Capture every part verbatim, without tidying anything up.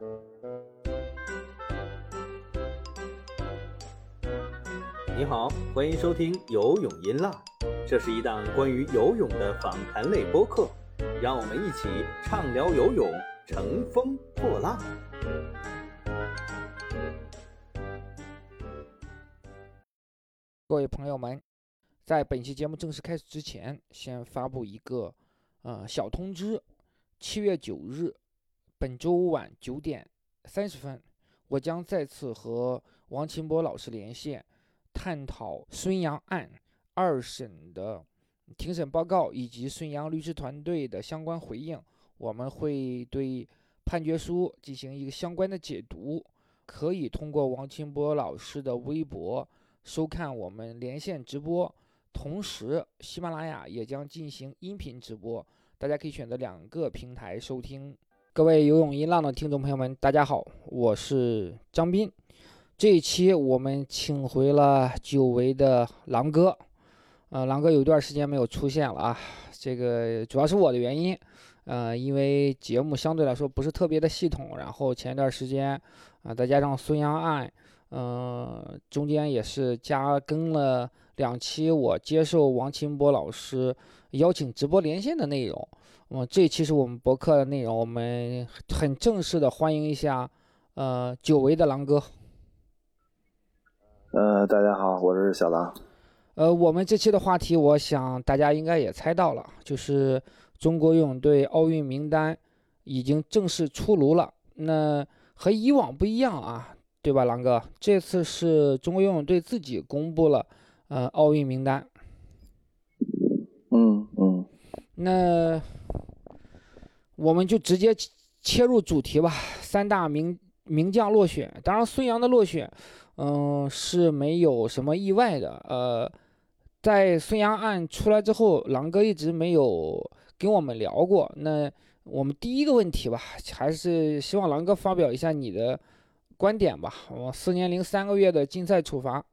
你好，欢迎收听游泳音浪，这是一档关于游泳的访谈类播客，让我们一起畅聊游泳，乘风破浪。 各位朋友们，在本期节目正式开始之前，先发布一个呃小通知。七月九日，本周晚九点三十分，我将再次和王清波老师连线，探讨孙杨案二审的庭审报告以及孙杨律师团队的相关回应。我们会对判决书进行一个相关的解读，可以通过王清波老师的微博收看我们连线直播，同时喜马拉雅也将进行音频直播，大家可以选择两个平台收听。各位游泳音浪的听众朋友们，大家好，我是张斌。这一期我们请回了久违的狼哥，呃，狼哥有一段时间没有出现了啊，这个主要是我的原因，呃，因为节目相对来说不是特别的系统，然后前一段时间啊、呃，再加上孙杨案。呃，中间也是加更了两期我接受王清波老师邀请直播连线的内容。嗯，这一期是我们博客的内容，我们很正式的欢迎一下，呃，久违的狼哥。 呃，大家好，我是小狼。 呃，我们这期的话题，我想大家应该也猜到了，就是中国游泳队奥运名单已经正式出炉了。那和以往不一样啊。对吧，狼哥？这次是中国游泳队自己公布了，呃，奥运名单。 嗯嗯。 那我们就直接切入主题吧。三大名名将落选，当然孙杨的落选，嗯、呃，是没有什么意外的。呃，在孙杨案出来之后，狼哥一直没有跟我们聊过。那我们第一个问题吧，还是希望狼哥发表一下你的观点吧。我四年零三个月的禁赛处罚，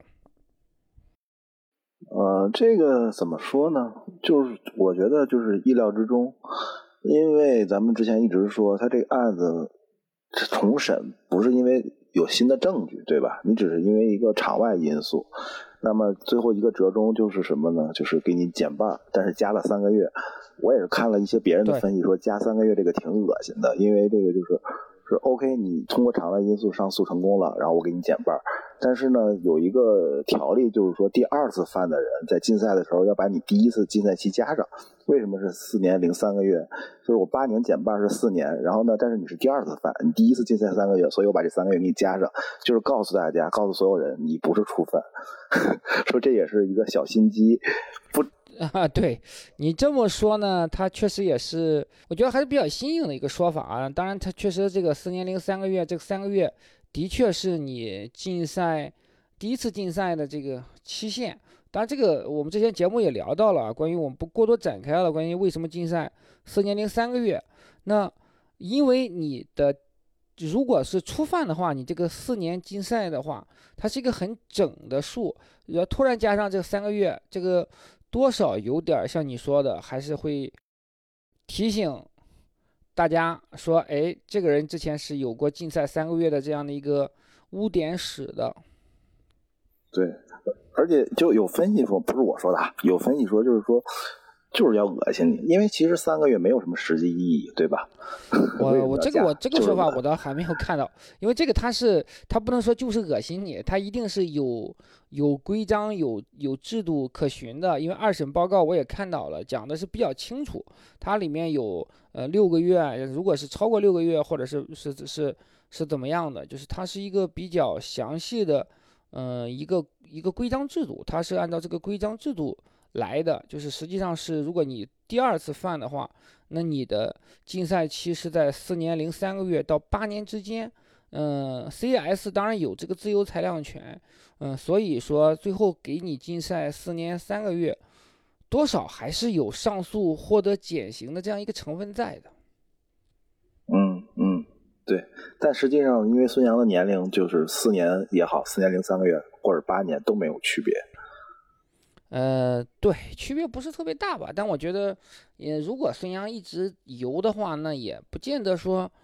呃，这个怎么说呢？就是我觉得就是意料之中，因为咱们之前一直说他这个案子重审不是因为有新的证据，对吧？你只是因为一个场外因素，那么最后一个折中就是什么呢？就是给你减半，但是加了三个月。我也是看了一些别人的分析，说加三个月这个挺恶心的，因为这个就是。是 OK， 你通过场外因素上诉成功了，然后我给你减半。但是呢，有一个条例，就是说第二次犯的人在禁赛的时候要把你第一次禁赛期加上。为什么是四年零三个月？就是我八年减半是四年，然后呢，但是你是第二次犯，你第一次禁赛三个月，所以我把这三个月给你加上，就是告诉大家，告诉所有人，你不是初犯。说这也是一个小心机，不。 啊，对你这么说呢，他确实也是，我觉得还是比较新颖的一个说法啊。当然，他确实这个四年零三个月，这个三个月的确是你禁赛第一次禁赛的这个期限。当然，这个我们之前节目也聊到了，关于我们不过多展开了，关于为什么禁赛四年零三个月。那因为你的如果是初犯的话，你这个四年禁赛的话，它是一个很整的数，要突然加上这三个月，这个。多少有点像你说的，还是会提醒大家说，哎，这个人之前是有过禁赛三个月的这样的一个污点史的。 对，而且就有分析说，不是我说的，有分析说就是说，就是要恶心你，因为其实三个月没有什么实际意义，对吧？ 我我这个我这个说法我倒还没有看到，因为这个他是他不能说就是恶心你，他一定是有有规章有有制度可循的。因为二审报告我也看到了，讲的是比较清楚，它里面有呃六个月，如果是超过六个月或者是是是是怎么样的，就是它是一个比较详细的嗯、呃、一个一个规章制度，它是按照这个规章制度来的，就是实际上是如果你第二次犯的话，那你的禁赛期是在四年零三个月到八年之间。嗯 ，C S 当然有这个自由裁量权，嗯，所以说最后给你禁赛四年三个月，多少还是有上诉获得减刑的这样一个成分在的。 嗯嗯，对，但实际上因为孙杨的年龄就是四年也好，四年零三个月或者八年都没有区别。 呃，对，区别不是特别大吧？但我觉得，也如果孙杨一直游的话，那也不见得说，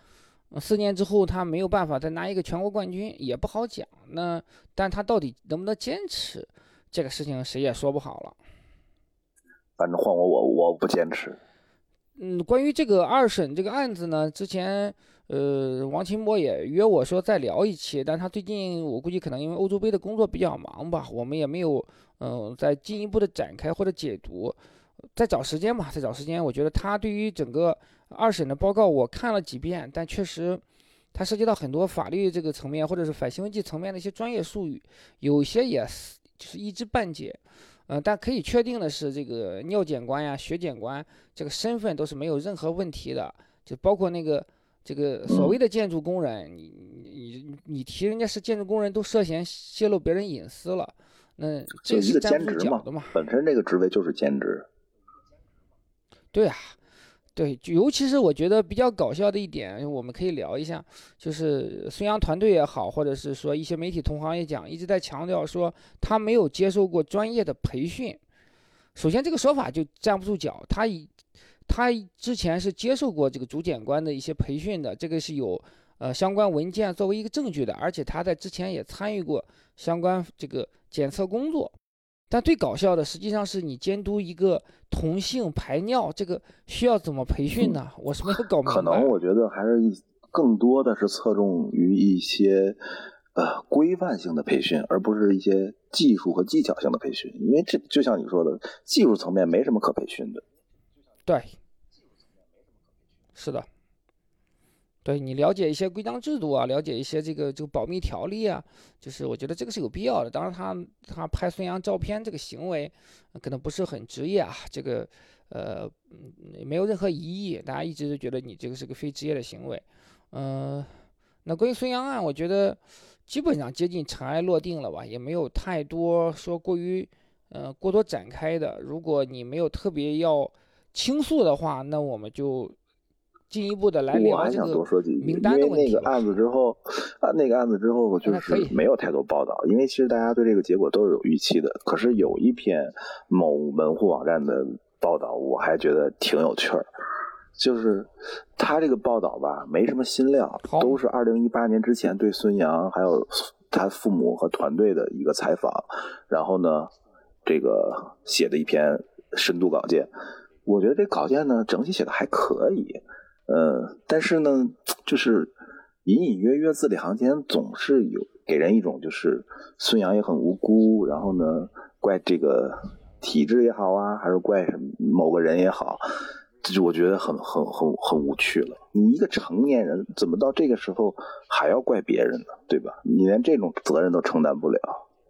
四年之后他没有办法再拿一个全国冠军也不好讲。那但他到底能不能坚持，这个事情谁也说不好了。 反正换我我我不坚持。 嗯，关于这个二审这个案子呢，之前呃王清波也约我说再聊一期，但他最近我估计可能因为欧洲杯的工作比较忙吧，我们也没有嗯、呃、再进一步的展开或者解读，再找时间吧，再找时间。我觉得他对于整个二审的报告我看了几遍，但确实它涉及到很多法律这个层面或者是反兴奋剂层面的一些专业术语，有些也就是一知半解。呃，但可以确定的是，这个尿检官呀、血检官这个身份都是没有任何问题的，就包括那个这个所谓的建筑工人，你你你提人家是建筑工人，都涉嫌泄露别人隐私了，那这是站不住脚的嘛。 本身这个职位就是兼职。 对啊。对，尤其是我觉得比较搞笑的一点，我们可以聊一下，就是孙杨团队也好，或者是说一些媒体同行也讲，一直在强调说他没有接受过专业的培训。首先这个说法就站不住脚，他以他之前是接受过这个主检官的一些培训的，这个是有呃相关文件作为一个证据的，而且他在之前也参与过相关这个检测工作。但最搞笑的实际上是你监督一个同性排尿，这个需要怎么培训呢？我是没有搞明白。 可能我觉得还是更多的是侧重于一些呃规范性的培训，而不是一些技术和技巧性的培训。因为这就像你说的，技术层面没什么可培训的。 对，是的。对，你了解一些规章制度啊，了解一些这个这个保密条例啊，就是我觉得这个是有必要的。当然他他拍孙杨照片这个行为可能不是很职业啊，这个呃没有任何疑义，大家一直都觉得你这个是个非职业的行为。嗯、呃，那关于孙杨案，我觉得基本上接近尘埃落定了吧，也没有太多说过于呃过多展开的。如果你没有特别要倾诉的话，那我们就进一步的来聊这个名单的问题。 因为那个案子之后，啊，那个案子之后，我就是没有太多报道，因为其实大家对这个结果都是有预期的。可是有一篇某门户网站的报道，我还觉得挺有趣儿。就是他这个报道吧，没什么新料，都是二零一八年之前对孙杨还有他父母和团队的一个采访，然后呢，这个写的一篇深度稿件。我觉得这稿件呢，整体写的还可以。呃，但是呢，就是隐隐约约字里行间总是有给人一种就是孙杨也很无辜，然后呢怪这个体制也好啊，还是怪什么某个人也好，就我觉得很很很很无趣了。你一个成年人怎么到这个时候还要怪别人呢？对吧？你连这种责任都承担不了。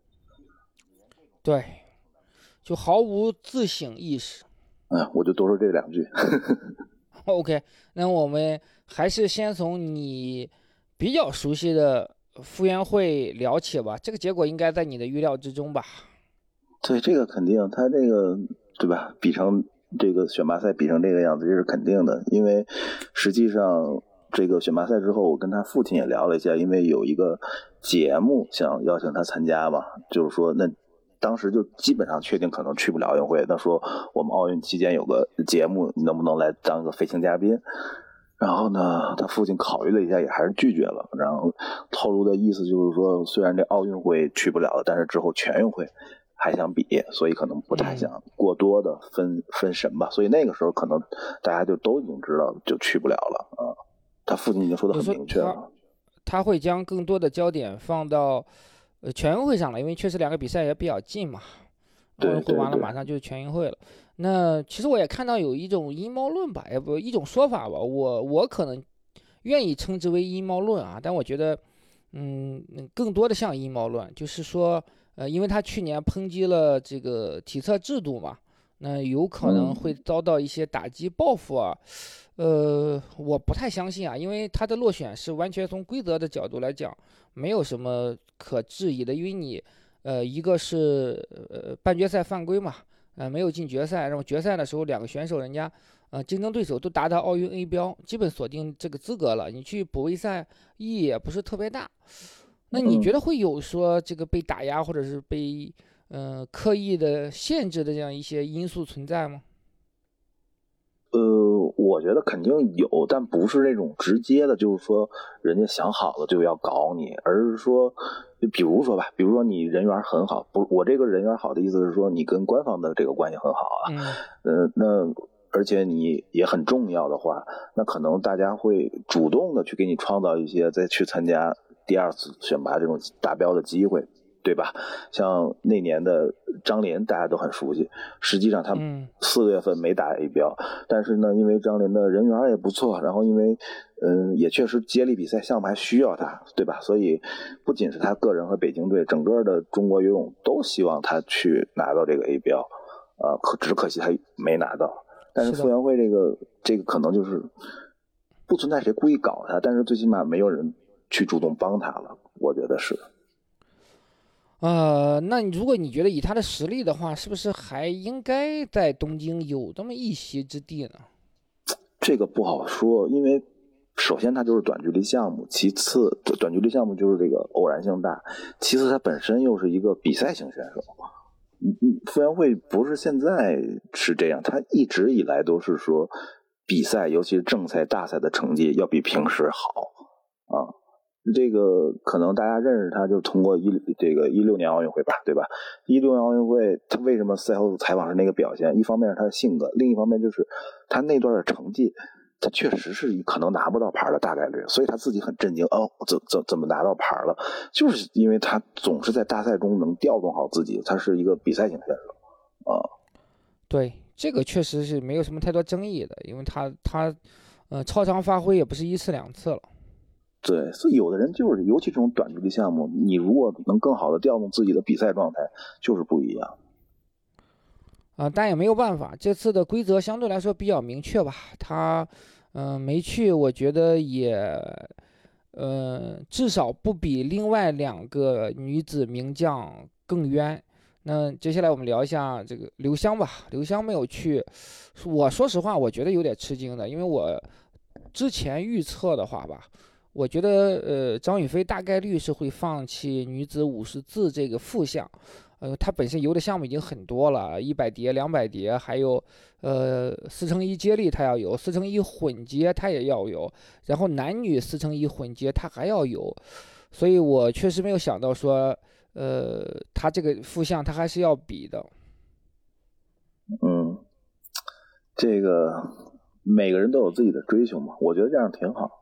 对，就毫无自省意识。 嗯，我就多说这两句。 OK， 那我们还是先从你比较熟悉的傅园慧聊起吧。这个结果应该在你的预料之中吧？ 对，这个肯定，他这个对吧？比成这个选拔赛比成这个样子，这是肯定的。因为实际上这个选拔赛之后，我跟他父亲也聊了一下，因为有一个节目想邀请他参加嘛，就是说那。当时就基本上确定可能去不了奥运会，他说我们奥运期间有个节目，你能不能来当个飞行嘉宾？然后呢，他父亲考虑了一下，也还是拒绝了。然后透露的意思就是说，虽然这奥运会去不了了，但是之后全运会还想比，所以可能不太想过多的分分神吧。所以那个时候可能大家就都已经知道就去不了了啊。他父亲已经说得很明确了， 他会将更多的焦点放到。呃，全运会上了，因为确实两个比赛也比较近嘛，奥运会完了马上就是全运会了。那其实我也看到有一种阴谋论吧，也不一种说法吧，我我可能愿意称之为阴谋论啊，但我觉得，嗯，更多的像阴谋论，就是说，呃，因为他去年抨击了这个体测制度嘛，那有可能会遭到一些打击报复啊。呃，我不太相信啊，因为他的落选是完全从规则的角度来讲，没有什么可质疑的，因为你，呃，一个是呃半决赛犯规嘛，呃没有进决赛，然后决赛的时候两个选手人家，呃竞争对手都达到奥运 A 标，基本锁定这个资格了，你去补位赛意义也不是特别大。那你觉得会有说这个被打压或者是被呃刻意的限制的这样一些因素存在吗？ 呃， 我觉得肯定有，但不是那种直接的，就是说人家想好了就要搞你，而是说，就比如说吧，比如说你人缘很好，不，我这个人缘好的意思是说你跟官方的这个关系很好啊， 嗯， 呃，那而且你也很重要的话，那可能大家会主动的去给你创造一些再去参加第二次选拔这种达标的机会。对吧？像那年的张琳，大家都很熟悉。实际上他四个月份没打 A 标，嗯、但是呢，因为张琳的人缘也不错，然后因为嗯、呃，也确实接力比赛项目还需要他，对吧？所以不仅是他个人和北京队，整个的中国游泳都希望他去拿到这个 A 标，呃，可只可惜他没拿到。但是傅园慧这个这个可能就是不存在谁故意搞他，但是最起码没有人去主动帮他了，我觉得是。 呃，那如果你觉得以他的实力的话，是不是还应该在东京有这么一席之地呢？ 这个不好说，因为首先他就是短距离项目，其次短距离项目就是这个偶然性大，其次他本身又是一个比赛型选手。嗯嗯，傅园慧不是现在是这样，他一直以来都是说比赛，尤其是正赛、大赛的成绩要比平时好啊。这个可能大家认识他，就通过一这个一六年奥运会吧，对吧？一六年奥运会，他为什么赛后采访是那个表现？一方面是他的性格，另一方面就是他那段的成绩，他确实是可能拿不到牌的大概率，所以他自己很震惊。哦，怎怎怎么拿到牌了？就是因为他总是在大赛中能调动好自己，他是一个比赛型选手啊。 对，这个确实是没有什么太多争议的，因为他他呃超常发挥也不是一次两次了。 对，所以有的人就是，尤其这种短距离项目，你如果能更好的调动自己的比赛状态，就是不一样。 啊、呃，但也没有办法，这次的规则相对来说比较明确吧。他，嗯、呃，没去，我觉得也，呃，至少不比另外两个女子名将更冤。那接下来我们聊一下这个刘湘吧。刘湘没有去，我说实话，我觉得有点吃惊的，因为我之前预测的话吧。我觉得，呃，张雨霏大概率是会放弃女子五十字这个副项，呃，她本身游的项目已经很多了，一百蝶、两百蝶，还有，呃，四乘一接力她要游，四乘一混接她也要游，然后男女四乘一混接她还要游，所以我确实没有想到说，呃，她这个副项她还是要比的。 嗯，这个每个人都有自己的追求嘛，我觉得这样挺好。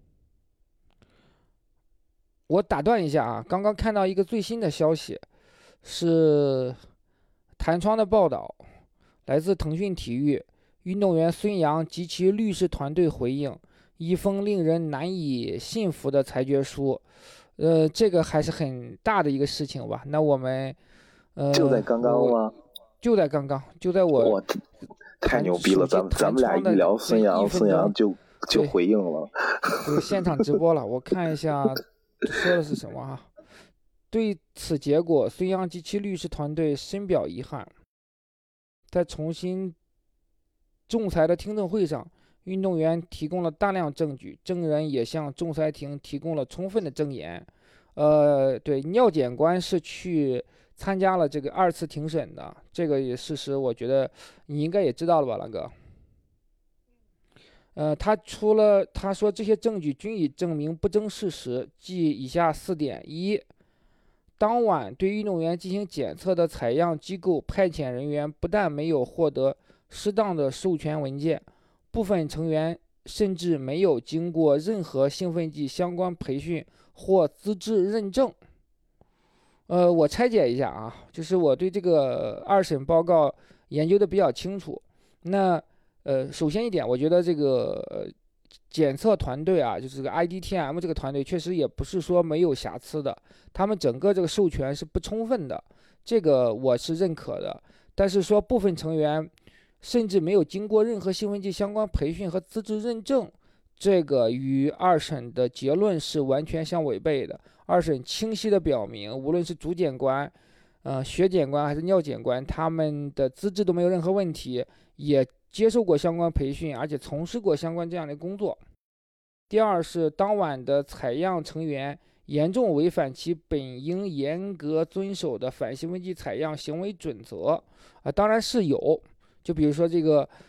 我打断一下啊，刚刚看到一个最新的消息，是弹窗的报道，来自腾讯体育，运动员孙杨及其律师团队回应一封令人难以信服的裁决书，呃，这个还是很大的一个事情吧？那我们，呃， 就在刚刚吗？ 就在刚刚，就在我， 我太牛逼了！咱们咱们俩一聊孙杨，孙杨就就回应了， 就现场直播了，我看一下。说的是什么啊？对此结果，孙杨及其律师团队深表遗憾。在重新仲裁的听证会上，运动员提供了大量证据，证人也向仲裁庭提供了充分的证言。呃，对，尿检官是去参加了这个二次庭审的，这个也事实，我觉得你应该也知道了吧，蓝哥？呃，他除了他说这些证据均已证明不争事实，即以下四点：一，当晚对运动员进行检测的采样机构派遣人员不但没有获得适当的授权文件，部分成员甚至没有经过任何兴奋剂相关培训或资质认证。呃，我拆解一下啊，就是我对这个二审报告研究的比较清楚。那呃，首先一点，我觉得这个、呃、检测团队啊，就是这个 I D T M 这个团队，确实也不是说没有瑕疵的，他们整个这个授权是不充分的，这个我是认可的。但是说部分成员甚至没有经过任何兴奋剂相关培训和资质认证，这个与二审的结论是完全相违背的。二审清晰的表明，无论是主检官、呃血检官还是尿检官，他们的资质都没有任何问题，也接受过相关培训，而且从事过相关这样的工作。第二是当晚的采样成员严重违反其本应严格遵守的反兴奋剂采样行为准则啊、呃，当然是有，就比如说这个，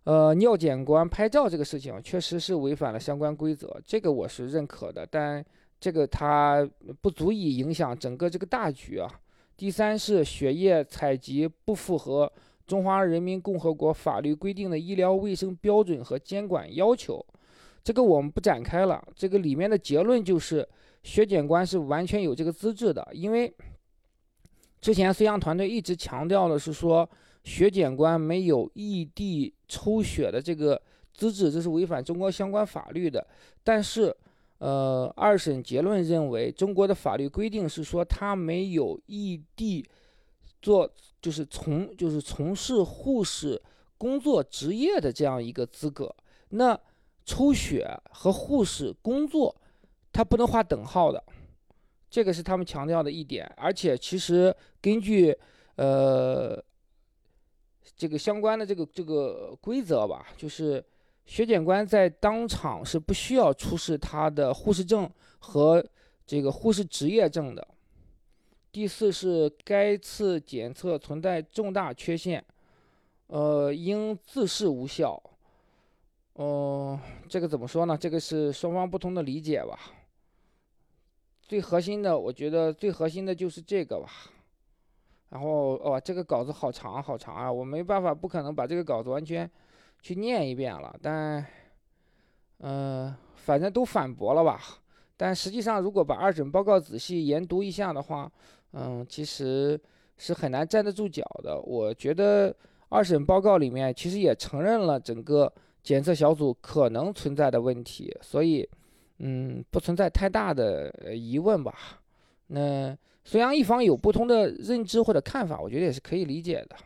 呃，尿检官拍照这个事情确实是违反了相关规则，这个我是认可的，但这个它不足以影响整个这个大局啊。第三是血液采集不符合中华人民共和国法律规定的医疗卫生标准和监管要求，这个我们不展开了。这个里面的结论就是血检官是完全有这个资质的，因为之前孙杨团队一直强调的是说血检官没有异地抽血的这个资质，这是违反中国相关法律的。但是呃，二审结论认为中国的法律规定是说他没有异地做就是从就是从事护士工作职业的这样一个资格，那抽血和护士工作它不能划等号的，这个是他们强调的一点。而且其实根据呃这个相关的这个这个规则吧，就是血检官在当场是不需要出示他的护士证和这个护士职业证的。第四是该次检测存在重大缺陷，呃，应自视无效。哦、呃，这个怎么说呢？这个是双方不同的理解吧。最核心的，我觉得最核心的就是这个吧。然后，哦，这个稿子好长好长啊，我没办法，不可能把这个稿子完全去念一遍了。但，嗯、呃，反正都反驳了吧。但实际上，如果把二审报告仔细研读一下的话，嗯，其实是很难站得住脚的。我觉得二审报告里面其实也承认了整个检测小组可能存在的问题，所以，嗯，不存在太大的疑问吧。那孙杨一方有不同的认知或者看法，我觉得也是可以理解的。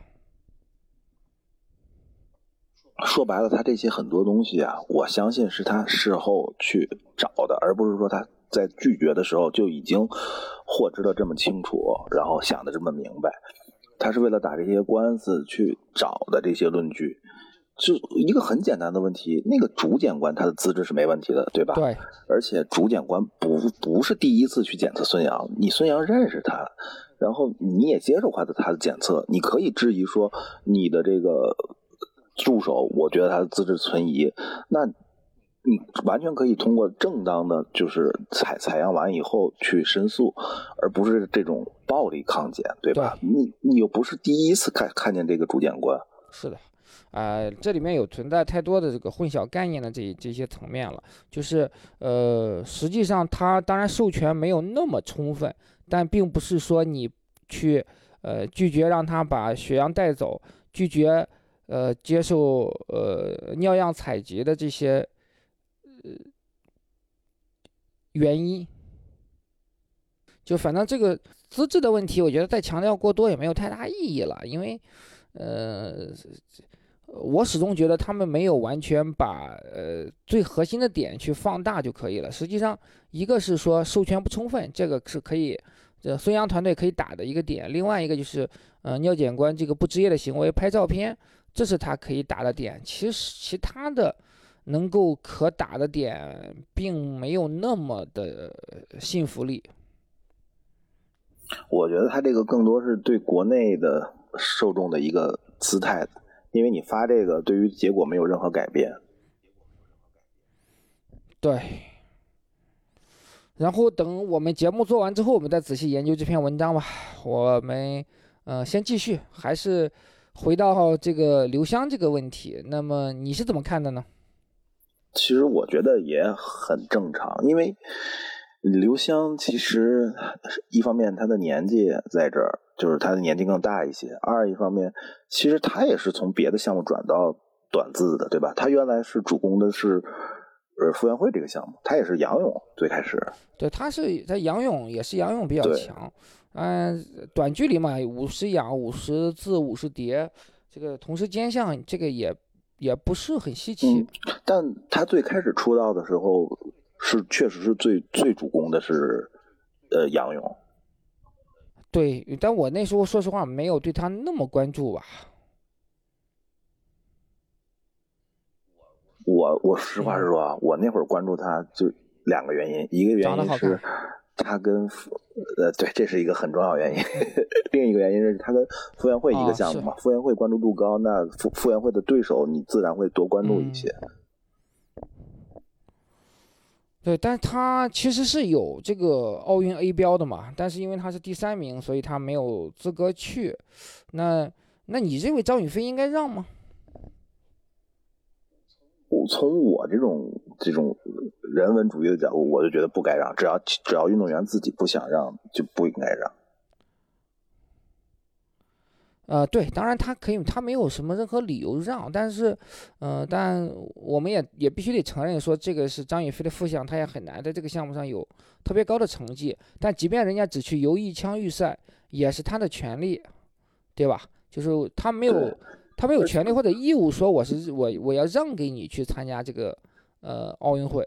说白了，他这些很多东西啊，我相信是他事后去找的，而不是说他在拒绝的时候就已经获知的这么清楚，然后想的这么明白。他是为了打这些官司去找的这些论据。就一个很简单的问题，那个主检官他的资质是没问题的，对吧？ 对。 而且主检官不不是第一次去检测孙杨，你孙杨认识他，然后你也接受他的他的检测，你可以质疑说你的这个助手，我觉得他的资质存疑，那你完全可以通过正当的，就是采采样完以后去申诉，而不是这种暴力抗检，对吧？ 对， 你你又不是第一次看看见这个主检官。 是的。啊、呃，这里面有存在太多的这个混淆概念的这这些层面了，就是呃，实际上他当然授权没有那么充分，但并不是说你去呃拒绝让他把血样带走，拒绝呃接受呃尿样采集的这些呃原因，就反正这个资质的问题，我觉得再强调过多也没有太大意义了，因为呃。我始终觉得他们没有完全把呃最核心的点去放大就可以了。实际上，一个是说授权不充分，这个是可以，这孙杨团队可以打的一个点；另外一个就是，呃，尿检官这个不职业的行为拍照片，这是他可以打的点。其实其他的能够可打的点，并没有那么的信服力。 我觉得他这个更多是对国内的受众的一个姿态。因为你发这个对于结果没有任何改变。 对。然后等我们节目做完之后，我们再仔细研究这篇文章吧。我们呃先继续，还是回到这个刘湘这个问题。那么你是怎么看的呢？ 其实我觉得也很正常，因为刘湘其实一方面他的年纪在这儿，就是他的年纪更大一些；二一方面，其实他也是从别的项目转到短字的，对吧？他原来是主攻的是呃傅园慧这个项目，他也是仰泳最开始。 对，他是他仰泳也是仰泳比较强，嗯、呃，短距离嘛，五十仰、五十自、五十蝶，这个同时兼项，这个也也不是很稀奇。 嗯，但他最开始出道的时候。是确实是最最主攻的是呃仰泳。 对，但我那时候说实话没有对他那么关注吧。 我我实话实说啊，嗯、我那会儿关注他就两个原因，一个原因是他跟呃对，这是一个很重要原因。另一个原因是他跟傅园慧一个项目嘛，傅园慧关注度高，那傅傅园慧的对手你自然会多关注一些。嗯对，但他其实是有这个奥运 A 标的嘛，但是因为他是第三名，所以他没有资格去。那那你认为张雨霏应该让吗？ 从我这种这种人文主义的角度，我就觉得不该让，只要只要运动员自己不想让，就不应该让。 呃，对，当然他可以，他没有什么任何理由让，但是，呃，但我们也也必须得承认说，这个是张雨霏的副项，他也很难在这个项目上有特别高的成绩。但即便人家只去游一枪预赛，也是他的权利，对吧？就是他没有他没有权利或者义务说我是我我要让给你去参加这个呃奥运会。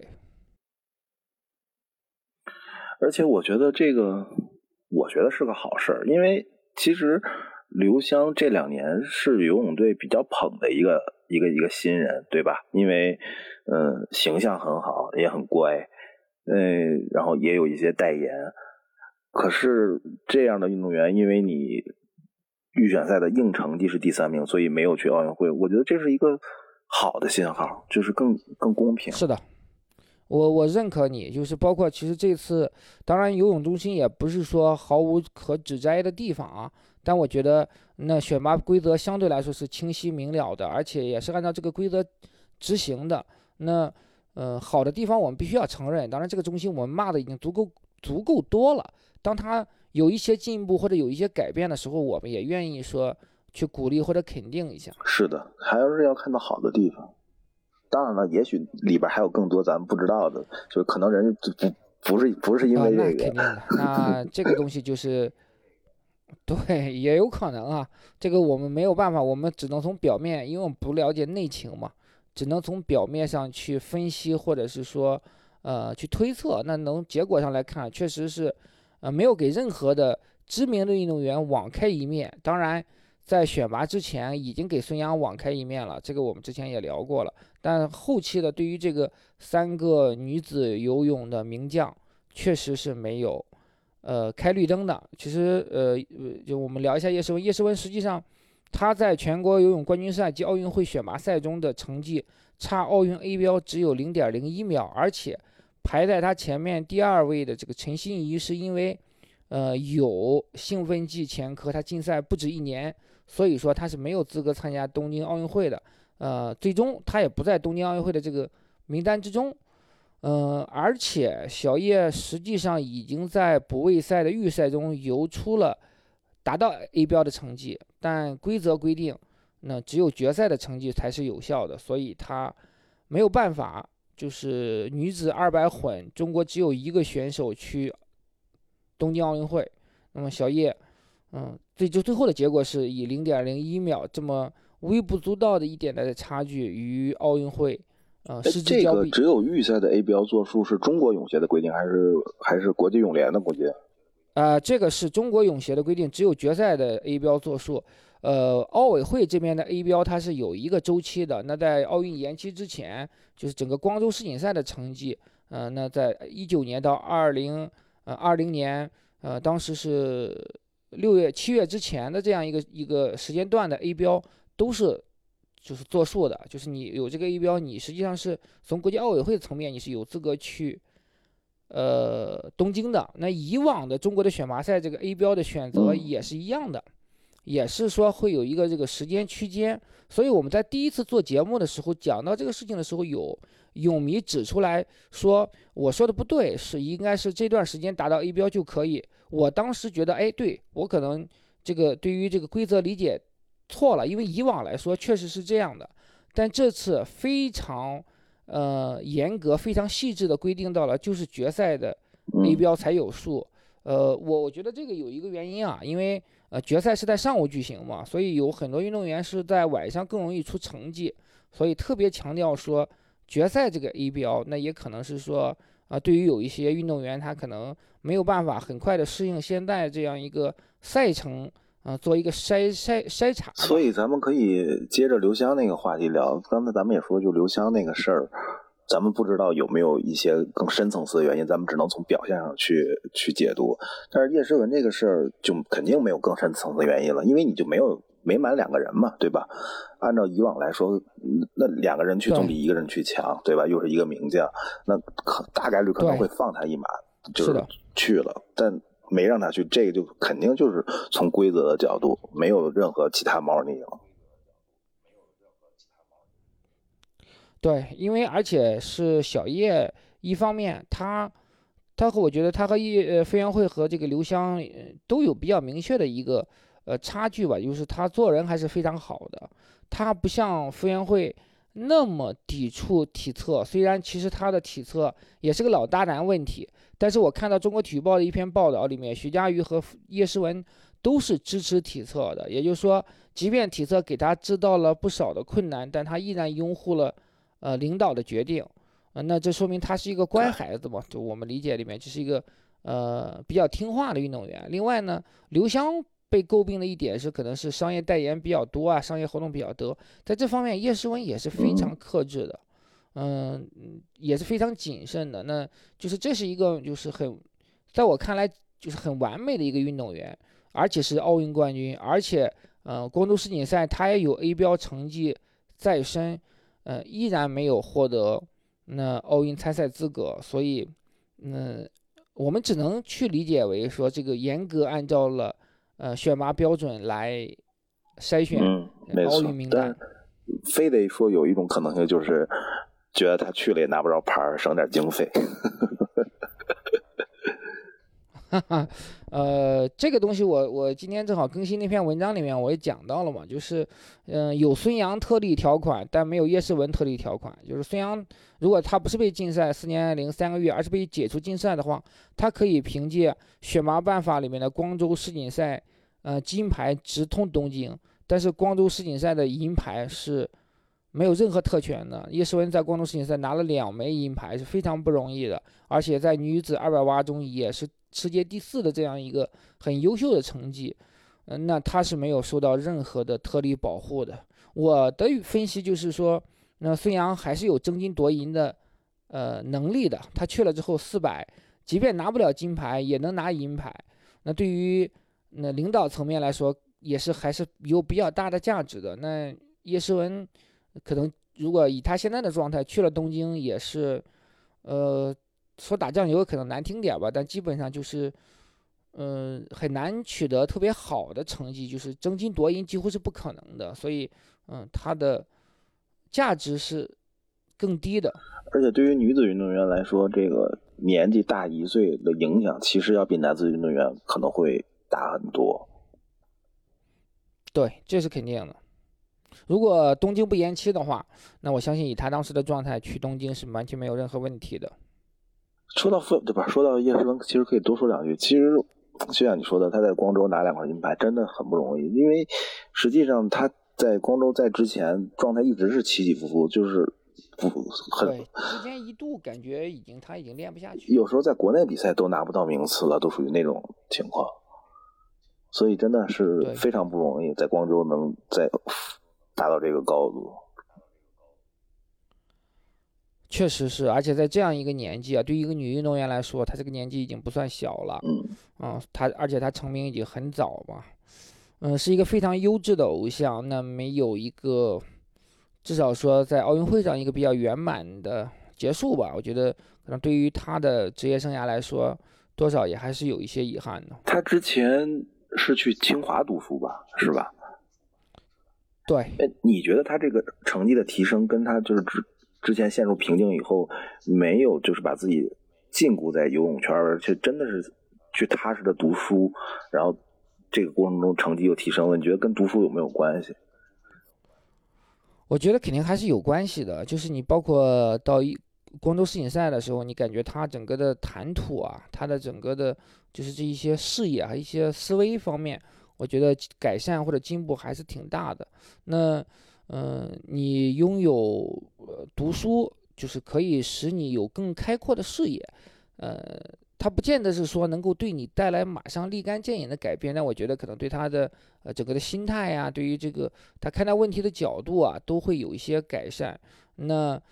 而且我觉得这个，我觉得是个好事，因为其实。刘湘这两年是游泳队比较捧的一个一个一个新人，对吧？因为嗯、呃、形象很好，也很乖，嗯、呃，然后也有一些代言。可是这样的运动员，因为你预选赛的硬成绩是第三名，所以没有去奥运会。我觉得这是一个好的信号，就是更更公平。 是的。我我认可你，就是包括其实这次，当然游泳中心也不是说毫无可指摘的地方啊，但我觉得那选拔规则相对来说是清晰明了的，而且也是按照这个规则执行的。那呃好的地方我们必须要承认，当然这个中心我们骂的已经足够足够多了，当他有一些进步或者有一些改变的时候，我们也愿意说去鼓励或者肯定一下。 是的，还是要看到好的地方。当然了，也许里边还有更多咱们不知道的，就是可能人不不是不是因为这个。 啊、那肯定的，那这个东西就是对，也有可能啊。这个我们没有办法，我们只能从表面，因为我们不了解内情嘛，只能从表面上去分析，或者是说呃去推测。那从结果上来看，确实是呃没有给任何的知名的运动员网开一面。当然，在选拔之前已经给孙杨网开一面了，这个我们之前也聊过了。但后期的对于这个三个女子游泳的名将，确实是没有呃开绿灯的。其实呃就我们聊一下叶诗文，叶诗文实际上她在全国游泳冠军赛及奥运会选拔赛中的成绩差奥运 A 标只有 零点零一秒，而且排在她前面第二位的这个陈欣怡是因为呃有兴奋剂前科，她禁赛不止一年，所以说她是没有资格参加东京奥运会的。呃，最终他也不在东京奥运会的这个名单之中，呃，而且小叶实际上已经在补位赛的预赛中游出了达到 A 标的成绩，但规则规定，那只有决赛的成绩才是有效的，所以他没有办法，就是女子二百混，中国只有一个选手去东京奥运会，那么小叶，嗯，最就最后的结果是以 零点零一秒这么微不足道的一点的差距与奥运会呃失之交臂。 这个只有预赛的 A 标作数是中国泳协的规定，还是还是国际泳联的规定？ 呃，这个是中国泳协的规定，只有决赛的 A 标作数。呃，奥委会这边的 A 标它是有一个周期的，那在奥运延期之前，就是整个光州世锦赛的成绩，呃，那在一九年到二零呃二零年，呃，当时是六月七月之前的这样一个一个时间段的 A 标。都是就是作数的，就是你有这个 A 标，你实际上是从国际奥委会的层面你是有资格去呃东京的。那以往的中国的选拔赛这个 A 标的选择也是一样的，也是说会有一个这个时间区间。所以我们在第一次做节目的时候讲到这个事情的时候，有泳迷指出来说我说的不对，是应该是这段时间达到 A 标就可以。我当时觉得哎，对，我可能这个对于这个规则理解错了，因为以往来说确实是这样的，但这次非常呃严格、非常细致的规定到了，就是决赛的 A 标才有数。呃，我我觉得这个有一个原因啊，因为呃决赛是在上午举行嘛，所以有很多运动员是在晚上更容易出成绩，所以特别强调说决赛这个 A 标，那也可能是说啊、呃，对于有一些运动员他可能没有办法很快的适应现在这样一个赛程。啊、呃，做一个筛筛筛查。 所以咱们可以接着刘湘那个话题聊。刚才咱们也说，就刘湘那个事儿， 咱们不知道有没有一些更深层次的原因，咱们只能从表现上去去解读。但是叶诗文这个事儿就肯定没有更深层次的原因了，因为你就没有没满两个人嘛，对吧？按照以往来说，那两个人去总比一个人去强，对吧？又是一个名将，那可大概率可能会放他一马，就是去了，但没让他去，这个就肯定就是从规则的角度没有任何其他猫腻了。 对，因为而且是小叶，一方面他他和我觉得他和叶呃傅园慧和这个刘湘都有比较明确的一个呃差距吧，就是他做人还是非常好的，他不像傅园慧那么抵触体测，虽然其实他的体测也是个老大难问题，但是我看到中国体育报的一篇报道里面，徐嘉余和叶诗文都是支持体测的，也就是说，即便体测给他制造了不少的困难，但他依然拥护了呃领导的决定，呃，那这说明他是一个乖孩子嘛，就我们理解里面这是一个呃比较听话的运动员。另外呢，刘湘被诟病的一点是可能是商业代言比较多啊，商业活动比较多，在这方面叶诗文也是非常克制的，嗯、呃，也是非常谨慎的。那就是这是一个就是很，在我看来就是很完美的一个运动员，而且是奥运冠军，而且呃光州世锦赛他也有 A 标成绩在身。呃，依然没有获得那奥运参赛资格，所以，嗯、呃，我们只能去理解为说，这个严格按照了呃选拔标准来筛选奥运名单。 嗯、非得说有一种可能性，就是觉得他去了也拿不着牌，省点经费。 哈哈，呃，这个东西我我今天正好更新那篇文章里面我也讲到了嘛，就是，嗯、呃，有孙杨特例条款，但没有叶诗文特例条款。就是孙杨如果他不是被禁赛四年零三个月，而是被解除禁赛的话，他可以凭借选拔办法里面的光州世锦赛，呃，金牌直通东京。但是光州世锦赛的银牌是没有任何特权的。叶诗文在光州世锦赛拿了两枚银牌，是非常不容易的，而且在女子二百蛙中也是世界第四的这样一个很优秀的成绩，嗯、呃，那他是没有受到任何的特例保护的。我的分析就是说，那孙杨还是有争金夺银的呃能力的。他去了之后，四百即便拿不了金牌，也能拿银牌。那对于那领导层面来说，也是还是有比较大的价值的。那叶诗文可能如果以他现在的状态去了东京，也是呃。说打酱油可能难听点吧，但基本上就是，嗯、呃，很难取得特别好的成绩，就是争金夺银几乎是不可能的，所以，嗯，它的价值是更低的。 而且对于女子运动员来说，这个年纪大一岁的影响，其实要比男子运动员可能会大很多。 对，这是肯定的。如果东京不延期的话，那我相信以他当时的状态去东京是完全没有任何问题的。 说到对吧？说到叶诗文，其实可以多说两句。其实就像你说的，他在光州拿两块银牌真的很不容易，因为实际上他在光州在之前状态一直是起起伏伏，就是不很。 对，之前一度感觉已经他已经练不下去， 有时候在国内比赛都拿不到名次了，都属于那种情况。所以真的是非常不容易，在光州能在达到这个高度。 确实是，而且在这样一个年纪啊，对于一个女运动员来说，她这个年纪已经不算小了， 嗯， 嗯，她而且她成名已经很早嘛，嗯，是一个非常优质的偶像，那没有一个，至少说在奥运会上一个比较圆满的结束吧，我觉得可能对于她的职业生涯来说，多少也还是有一些遗憾的。 她之前是去清华读书吧，是吧？ 对， 哎，你觉得她这个成绩的提升跟她就是只之前陷入瓶颈以后，没有就是把自己禁锢在游泳圈，而且真的是去踏实的读书，然后这个过程中成绩又提升了，你觉得跟读书有没有关系？ 我觉得肯定还是有关系的，就是你包括到一光州世锦赛的时候，你感觉他整个的谈吐啊，他的整个的就是这一些视野啊，一些思维方面，我觉得改善或者进步还是挺大的。那嗯、呃，你拥有呃读书，就是可以使你有更开阔的视野，呃，它不见得是说能够对你带来马上立竿见影的改变，但我觉得可能对他的呃整个的心态呀、啊，对于这个他看待问题的角度啊，都会有一些改善。那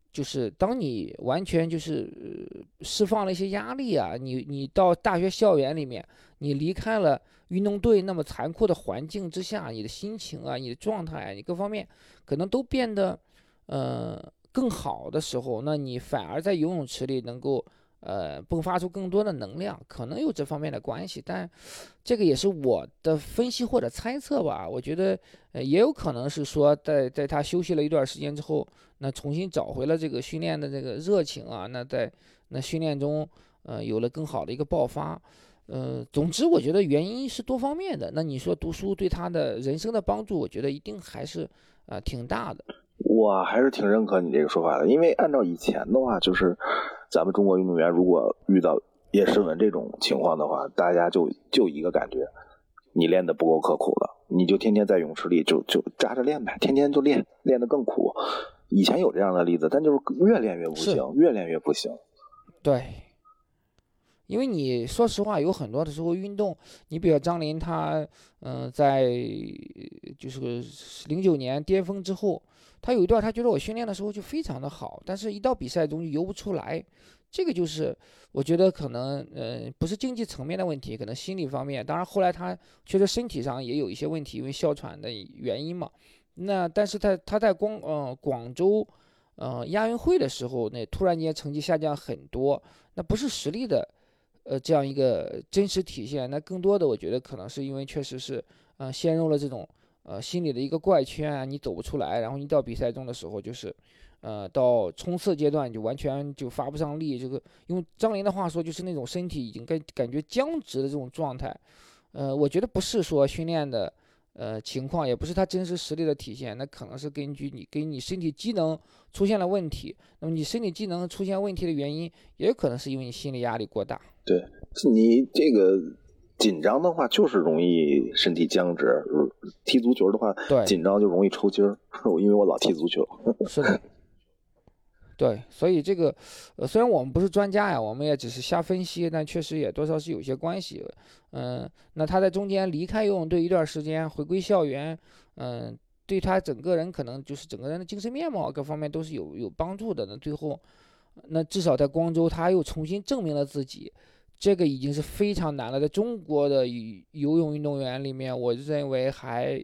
就是当你完全就是释放了一些压力啊，你你到大学校园里面，你离开了运动队那么残酷的环境之下，你的心情啊，你的状态啊，你各方面可能都变得呃更好的时候，那你反而在游泳池里能够呃迸发出更多的能量，可能有这方面的关系，但这个也是我的分析或者猜测吧。我觉得呃也有可能是说在在他休息了一段时间之后，那重新找回了这个训练的这个热情啊，那在那训练中呃有了更好的一个爆发。呃，总之我觉得原因是多方面的。那你说读书对他的人生的帮助，我觉得一定还是呃挺大的。 我还是挺认可你这个说法的，因为按照以前的话，就是咱们中国运动员如果遇到叶诗文这种情况的话，大家就就一个感觉，你练得不够刻苦了，你就天天在泳池里就就扎着练呗，天天就练，练得更苦。以前有这样的例子，但就是越练越不行，越练越不行。 对。因为你说实话，有很多的时候运动，你比如张琳她，嗯、呃，在就是零九年巅峰之后，她有一段她觉得我训练的时候就非常的好，但是一到比赛中就游不出来，这个就是我觉得可能，呃，不是竞技层面的问题，可能心理方面，当然后来她确实身体上也有一些问题，因为哮喘的原因嘛。那但是她她在光呃广州，呃亚运会的时候，那突然间成绩下降很多，那不是实力的。呃，这样一个真实体现，那更多的我觉得可能是因为确实是，呃，陷入了这种呃心理的一个怪圈啊，你走不出来，然后你到比赛中的时候就是，呃，到冲刺阶段就完全就发不上力。这个用张琳的话说，就是那种身体已经感感觉僵直的这种状态。呃，我觉得不是说训练的呃情况，也不是他真实实力的体现，那可能是根据你给你身体机能出现了问题。那么你身体机能出现问题的原因，也有可能是因为你心理压力过大。 对，你这个紧张的话，就是容易身体僵直。踢足球的话，紧张就容易抽筋儿。因为我老踢足球。 是的。对，所以这个，呃，虽然我们不是专家呀，我们也只是瞎分析，但确实也多少是有些关系。嗯、呃，那他在中间离开游泳队一段时间，回归校园，嗯、呃，对他整个人可能就是整个人的精神面貌各方面都是有有帮助的。那最后，那至少在光州他又重新证明了自己。这个已经是非常难了，在中国的游泳运动员里面，我认为还，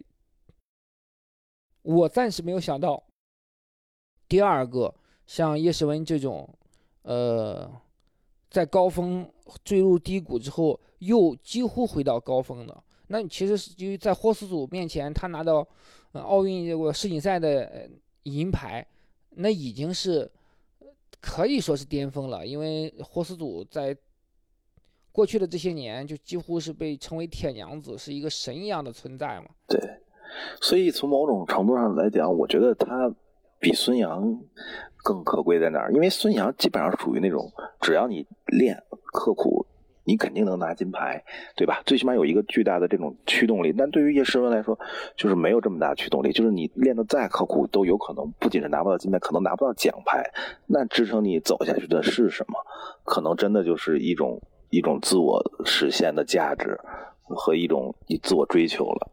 我暂时没有想到第二个像叶诗文这种，呃，在高峰坠入低谷之后，又几乎回到高峰的。那你其实是就在霍思祖面前，他拿到呃奥运这个世锦赛的银牌，那已经是可以说是巅峰了，因为霍思祖在过去的这些年就几乎是被称为铁娘子，是一个神一样的存在嘛。 对，所以从某种程度上来讲，我觉得他比孙杨更可贵在哪儿？因为孙杨基本上属于那种只要你练刻苦，你肯定能拿金牌，对吧？最起码有一个巨大的这种驱动力。但对于叶诗文来说，就是没有这么大驱动力，就是你练得再刻苦，都有可能不仅是拿不到金牌，可能拿不到奖牌。那支撑你走下去的是什么？可能真的就是一种一种自我实现的价值和一种你自我追求了。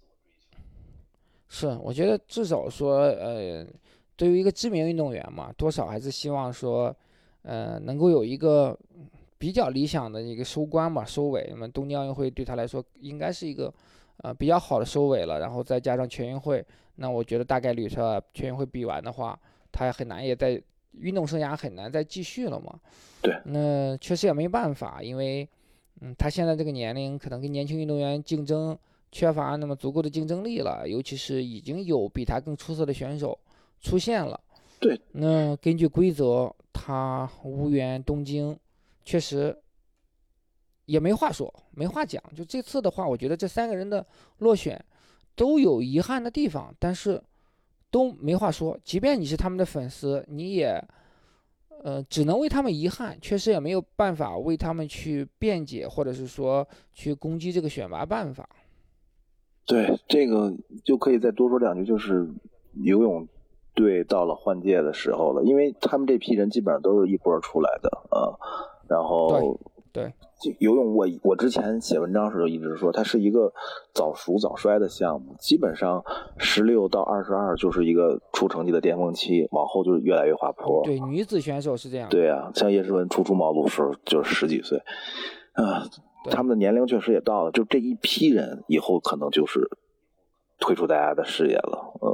是，我觉得至少说，呃，对于一个知名运动员嘛，多少还是希望说，呃，能够有一个比较理想的一个收官吧，收尾。那么东京奥运会对他来说应该是一个，呃，比较好的收尾了。然后再加上全运会，那我觉得大概率他全运会比完的话，他很难也在运动生涯很难再继续了嘛。 对。 那确实也没办法，因为，嗯，他现在这个年龄可能跟年轻运动员竞争。缺乏那么足够的竞争力了，尤其是已经有比他更出色的选手出现了。 对， 那根据规则，他无缘东京，确实也没话说，没话讲。就这次的话，我觉得这三个人的落选都有遗憾的地方，但是都没话说。即便你是他们的粉丝，你也呃只能为他们遗憾，确实也没有办法为他们去辩解，或者是说去攻击这个选拔办法。 对，这个就可以再多说两句，就是游泳队到了换届的时候了，因为他们这批人基本上都是一波出来的啊，然后对， 游泳我我之前写文章时候一直说，它是一个早熟早衰的项目，基本上十六到二十二就是一个出成绩的巅峰期，往后就是越来越滑坡。 对，女子选手是这样。 对啊，像叶诗文初出茅庐时候就是十几岁，啊，他们的年龄确实也到了，就这一批人以后可能就是退出大家的视野了，嗯。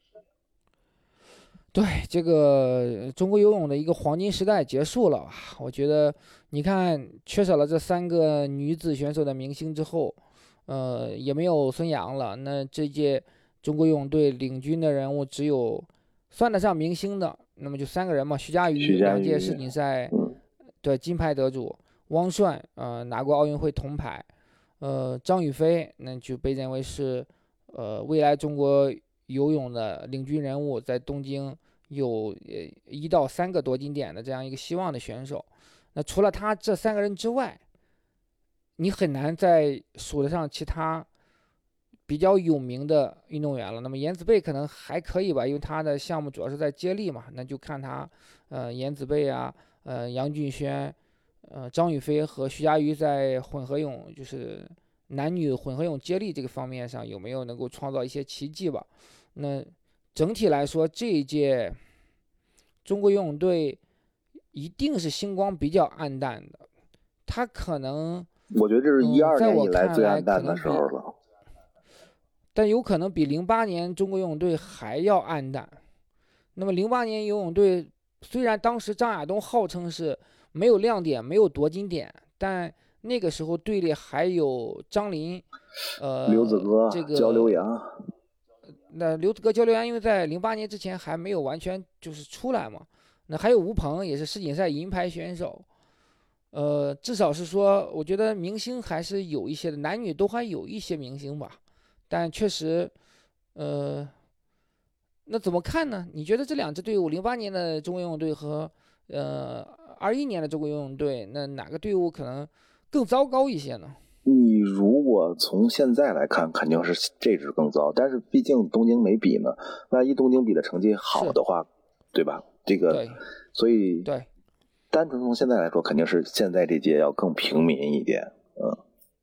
对，这个中国游泳的一个黄金时代结束了。我觉得，你看，缺少了这三个女子选手的明星之后，呃，也没有孙杨了。那这届中国游泳队领军的人物只有算得上明星的，那么就三个人嘛：徐嘉余，两届世锦赛的金牌得主；汪帅，呃，拿过奥运会铜牌；呃，张雨霏，那就被认为是呃未来中国游泳的领军人物，在东京有一到三个夺金点的这样一个希望的选手。那除了他这三个人之外，你很难再数得上其他比较有名的运动员了。那么颜子贝可能还可以吧，因为他的项目主要是在接力嘛，那就看他呃颜子贝啊，呃杨俊轩，呃张雨霏和徐嘉余在混合泳，就是男女混合泳接力这个方面上有没有能够创造一些奇迹吧。那整体来说，这一届中国游泳队一定是星光比较暗淡的，他可能我觉得这是一二年以来最暗淡的时候了， 嗯、但有可能比零八年中国游泳队还要暗淡。那么零八年游泳队虽然当时张亚东号称是没有亮点没有夺金点，但那个时候队里还有张琳，呃， 刘子歌、 这个焦刘洋。 那刘子歌、焦刘洋因为在零八年之前还没有完全就是出来嘛。那还有吴鹏也是世锦赛银牌选手，呃，至少是说，我觉得明星还是有一些的，男女都还有一些明星吧。但确实，呃，那怎么看呢？你觉得这两支队伍，零八年的中国游泳队和呃二一年的中国游泳队，那哪个队伍可能更糟糕一些呢？ 你如果从现在来看，肯定是这支更糟。但是毕竟东京没比呢，万一东京比的成绩好的话，对吧？这个，所以对， 单纯从现在来说，肯定是现在这届要更平民一点，嗯。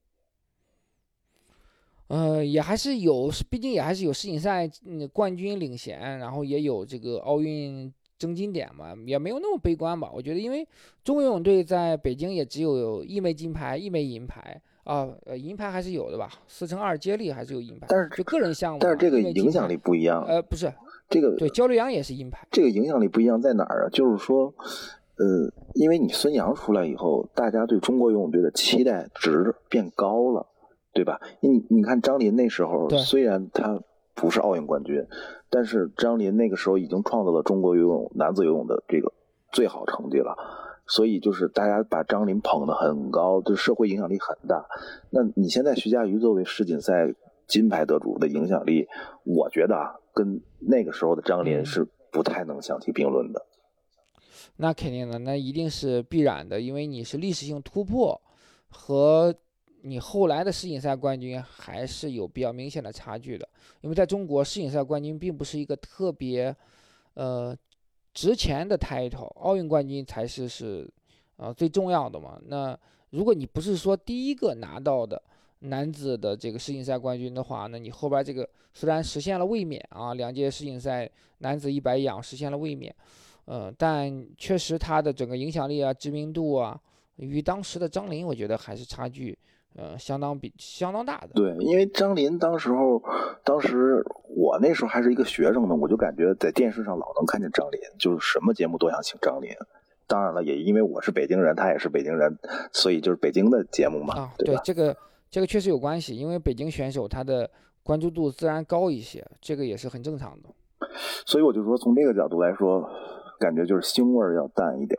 呃，也还是有，毕竟也还是有世锦赛冠军领衔，然后也有这个奥运争金点嘛，也没有那么悲观吧。我觉得，因为中国游泳队在北京也只有一枚金牌，一枚银牌。啊，呃，银牌还是有的吧？四乘二接力还是有银牌， 但是就个人项目， 但是这个影响力不一样。 呃，不是， 这个对焦刘洋也是银牌。 这个影响力不一样在哪儿啊？就是说，呃，因为你孙杨出来以后，大家对中国游泳队的期待值变高了，对吧？你你看张琳那时候，虽然他不是奥运冠军，但是张琳那个时候已经创造了中国游泳男子游泳的这个最好成绩了。所以就是大家把张琳捧得很高，就社会影响力很大。那你现在徐嘉余作为世锦赛金牌得主的影响力，我觉得啊，跟那个时候的张琳是不太能相提并论的。 那肯定的，那一定是必然的，因为你是历史性突破，和你后来的世锦赛冠军还是有比较明显的差距的。因为在中国，世锦赛冠军并不是一个特别，呃。值钱的 title， 奥运冠军才是是，呃最重要的嘛。那如果你不是说第一个拿到的男子的这个世锦赛冠军的话，那你后边这个虽然实现了卫冕啊，两届世锦赛男子一百仰实现了卫冕，呃，但确实他的整个影响力啊、知名度啊，与当时的张琳，我觉得还是差距。呃，相当比相当大的。 对，因为张琳当时候，当时我那时候还是一个学生呢，我就感觉在电视上老能看见张琳，就是什么节目都想请张琳。当然了，也因为我是北京人，他也是北京人，所以就是北京的节目嘛。 啊， 对吧？ 对，这个这个确实有关系，因为北京选手他的关注度自然高一些，这个也是很正常的。 所以我就说，从这个角度来说，感觉就是腥味要淡一点。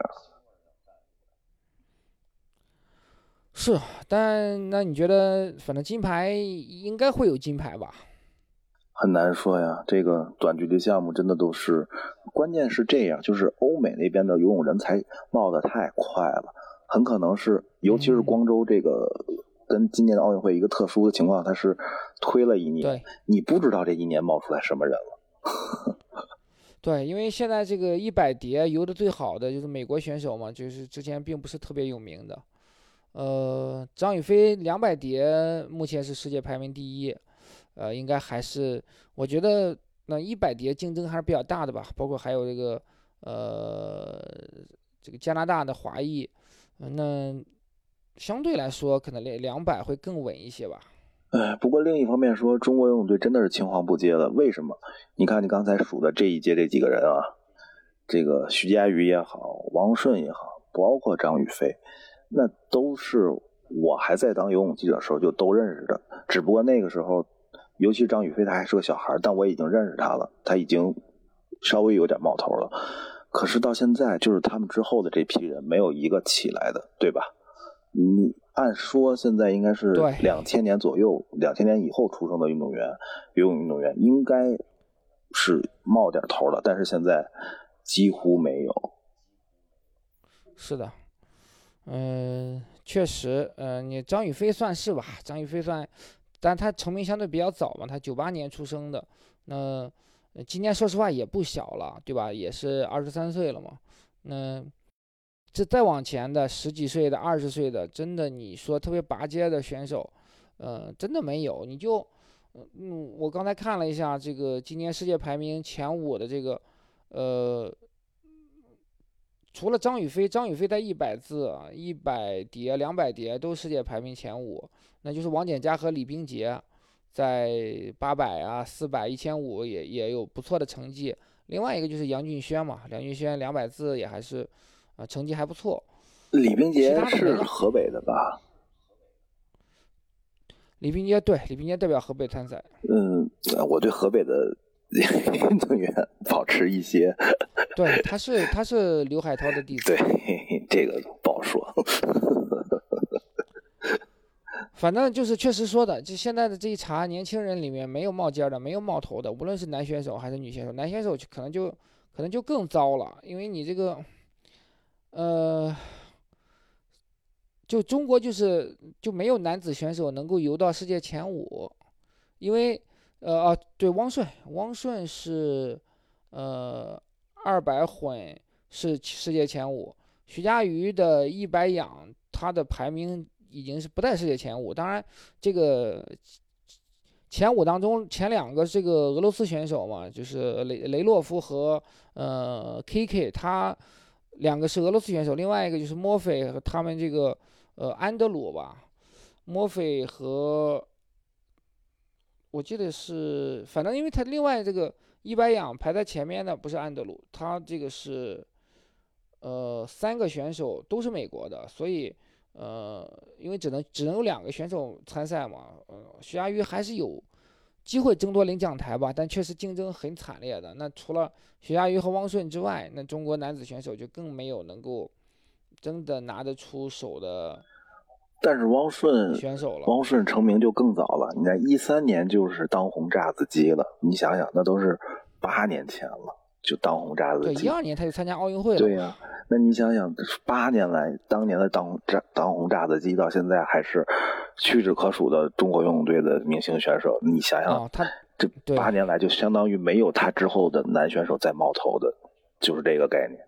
是，但那你觉得，反正金牌应该会有金牌吧？ 很难说呀，这个短距离项目真的都是，关键是这样，就是欧美那边的游泳人才冒得太快了，很可能是，尤其是光州这个，嗯、跟今年的奥运会一个特殊的情况，它是推了一年，你不知道这一年冒出来什么人了。 对，因为现在这个一百蝶游的最好的就是美国选手嘛，就是之前并不是特别有名的。 呃，张雨霏两百蝶目前是世界排名第一，呃，应该还是我觉得那一百蝶竞争还是比较大的吧，包括还有这个呃这个加拿大的华裔，呃那相对来说可能两百会更稳一些吧。 哎，不过另一方面说，中国游泳队真的是青黄不接了。为什么？你看你刚才数的这一届这几个人啊，这个徐嘉余也好，王顺也好，包括张雨霏，那都是我还在当游泳记者的时候就都认识的。只不过那个时候，尤其是张雨霏，她还是个小孩，但我已经认识她了，她已经稍微有点冒头了。可是到现在，就是他们之后的这批人，没有一个起来的，对吧？你按说现在应该是两千年左右，两千年以后出生的运动员，游泳运动员应该是冒点头了，但是现在几乎没有。 是的，嗯、呃，确实，嗯、呃，你张雨霏算是吧，张雨霏算，但她成名相对比较早嘛，她九八年出生的，那今年说实话也不小了，对吧？也是二十三岁了嘛，那。这再往前的十几岁的、二十岁的，真的你说特别拔尖的选手，呃，真的没有。你就，嗯，我刚才看了一下这个今年世界排名前五的这个，呃，除了张雨霏，张雨霏在一百字、一百蝶、两百蝶都世界排名前五，那就是王简佳和李冰洁，在八百啊、四百、一千五也也有不错的成绩。另外一个就是杨俊轩嘛，杨俊轩两百字也还是。啊，成绩还不错。 李冰洁是河北的吧？ 李冰洁对，李冰洁代表河北参赛。 嗯，我对河北的运动员保持一些。 对，他是他是刘海涛的弟子。 对，这个不好说。 反正就是确实说的，就现在的这一茬年轻人里面没有冒尖的，没有冒头的，无论是男选手还是女选手，男选手可能就可能就更糟了，因为你这个。呃，就中国就是就没有男子选手能够游到世界前五，因为呃啊对，汪顺，汪顺是呃二百混是世界前五，徐嘉余的一百仰他的排名已经是不在世界前五，当然这个前五当中前两个这个俄罗斯选手嘛，就是雷雷洛夫和呃 K K 他。两个是俄罗斯选手，另外一个就是墨菲和他们这个呃安德鲁吧，墨菲和我记得是，反正因为他另外这个一百仰排在前面的不是安德鲁，他这个是呃三个选手都是美国的，所以呃因为只能只能有两个选手参赛嘛，呃徐嘉余还是有机会争夺领奖台吧，但确实竞争很惨烈的。那除了徐嘉余和汪顺之外，那中国男子选手就更没有能够真的拿得出手的。 但是汪顺选手了， 汪顺成名就更早了。你看一三年就是当红炸子鸡了，你想想，那都是八年前了，就当红炸子鸡。 对，一二年他就参加奥运会了。 对呀、啊，那你想想，八年来当年的当炸当红炸子鸡，到现在还是屈指可数的中国游泳队的明星选手。你想想， 哦、他这八年来就相当于没有他之后的男选手再冒头的，就是这个概念。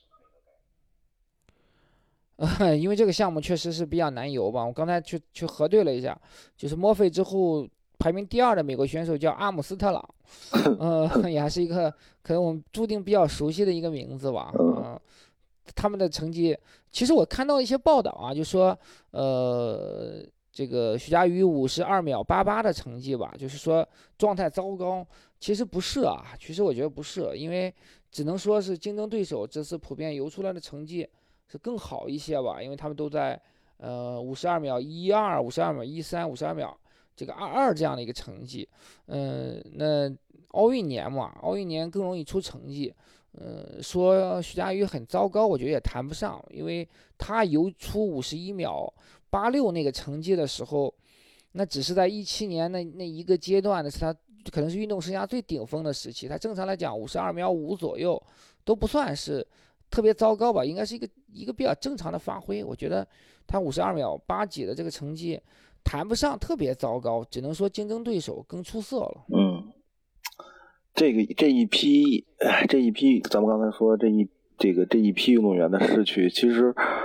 呃，因为这个项目确实是比较难游吧，我刚才去去核对了一下，就是墨菲之后排名第二的美国选手叫阿姆斯特朗，呃，也还是一个可能我们注定比较熟悉的一个名字吧，嗯、呃，他们的成绩，其实我看到一些报道啊，就说，呃，这个徐嘉余五十二秒八八的成绩吧，就是说状态糟糕，其实不是啊，其实我觉得不是，因为只能说是竞争对手这次普遍游出来的成绩。是更好一些吧，因为他们都在呃五十二秒一二、五十二秒一三、五十二秒这个二二这样的一个成绩。嗯、呃，那奥运年嘛，奥运年更容易出成绩。呃，说徐嘉余很糟糕，我觉得也谈不上，因为他游出五十一秒八六那个成绩的时候，那只是在一七年那那一个阶段的是他可能是运动生涯最顶峰的时期。他正常来讲五十二秒五左右都不算是。特别糟糕吧，应该是一个一个比较正常的发挥。我觉得他五十二秒八几的这个成绩谈不上特别糟糕，只能说竞争对手更出色了。 嗯，这个这一批，这一批，咱们刚才说这一这个这一批运动员的逝去，其实